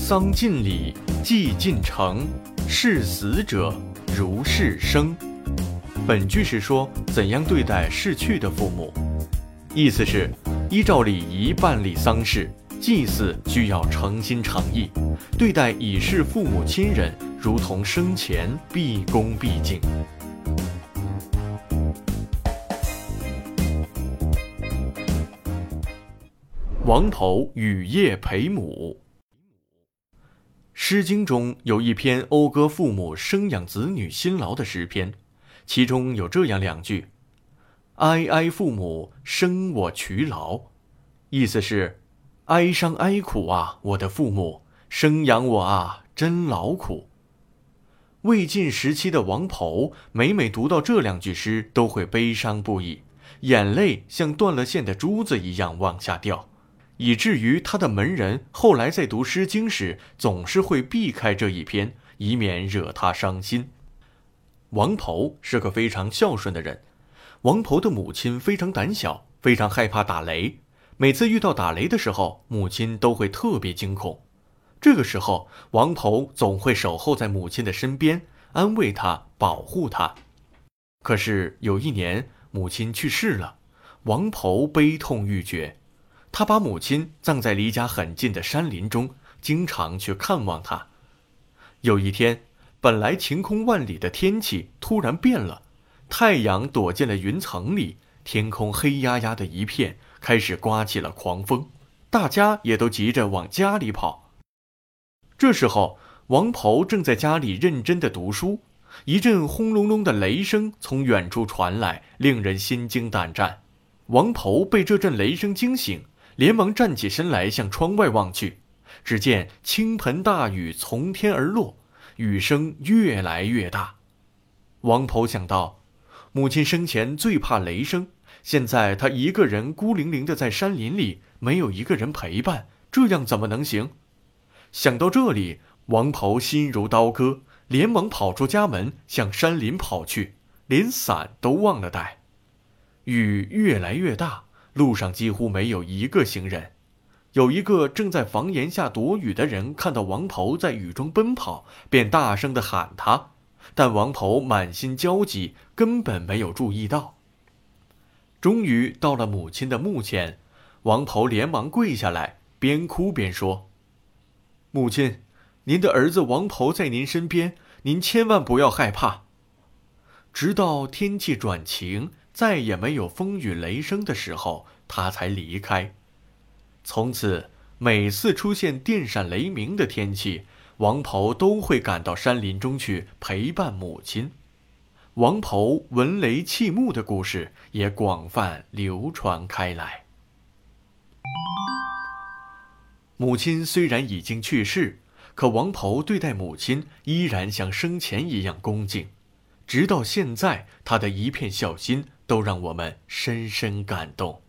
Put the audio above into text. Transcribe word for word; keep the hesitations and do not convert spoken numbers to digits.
丧尽礼，祭尽诚，视死者如是生。本句是说怎样对待逝去的父母，意思是依照礼仪办理丧事，祭祀需要诚心诚意，对待已逝父母亲人如同生前毕恭毕敬。王婆雨夜陪母。诗经中有一篇讴歌父母生养子女辛劳的诗篇，其中有这样两句：哀哀父母生我劬劳，意思是哀伤哀苦啊，我的父母生养我啊，真劳苦。魏晋时期的王婆每每读到这两句诗都会悲伤不已，眼泪像断了线的珠子一样往下掉，以至于他的门人后来在读诗经时总是会避开这一篇，以免惹他伤心。王婆是个非常孝顺的人，王婆的母亲非常胆小，非常害怕打雷，每次遇到打雷的时候，母亲都会特别惊恐。这个时候，王婆总会守候在母亲的身边，安慰她，保护她。可是有一年，母亲去世了，王婆悲痛欲绝，她把母亲葬在离家很近的山林中，经常去看望她。有一天，本来晴空万里的天气突然变了，太阳躲进了云层里，天空黑压压的一片，开始刮起了狂风，大家也都急着往家里跑。这时候，王婆正在家里认真地读书，一阵轰隆隆的雷声从远处传来，令人心惊胆战。王婆被这阵雷声惊醒，连忙站起身来向窗外望去，只见倾盆大雨从天而落，雨声越来越大。王婆想到，母亲生前最怕雷声，现在她一个人孤零零地在山林里，没有一个人陪伴，这样怎么能行？想到这里，王婆心如刀割，连忙跑出家门，向山林跑去，连伞都忘了带。雨越来越大，路上几乎没有一个行人。有一个正在房檐下躲雨的人看到王婆在雨中奔跑，便大声地喊她，但王婆满心焦急，根本没有注意到。终于到了母亲的墓前，王婆连忙跪下来，边哭边说：母亲，您的儿子王婆在您身边，您千万不要害怕。直到天气转晴，再也没有风雨雷声的时候，他才离开。从此，每次出现电闪雷鸣的天气，王婆都会赶到山林中去陪伴母亲。王婆闻雷弃墓的故事也广泛流传开来。母亲虽然已经去世，可王婆对待母亲依然像生前一样恭敬，直到现在，她的一片孝心都让我们深深感动。